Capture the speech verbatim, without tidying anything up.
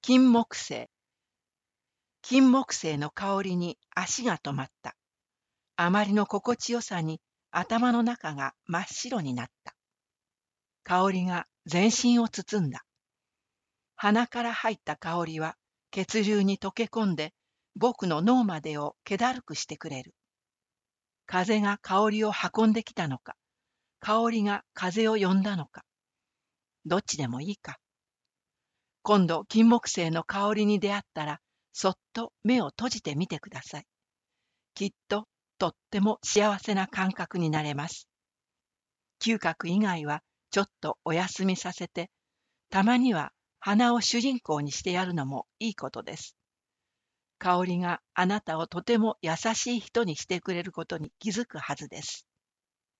金木犀。金木犀の香りに足が止まった。あまりの心地よさに頭の中が真っ白になった。香りが全身を包んだ。鼻から入った香りは血流に溶け込んで僕の脳までを気だるくしてくれる。風が香りを運んできたのか、香りが風を呼んだのか、どっちでもいいか。今度金木犀の香りに出会ったら、そっと目を閉じてみてください。きっととっても幸せな感覚になれます。嗅覚以外はちょっとお休みさせて、たまには鼻を主人公にしてやるのもいいことです。香りがあなたをとても優しい人にしてくれることに気づくはずです。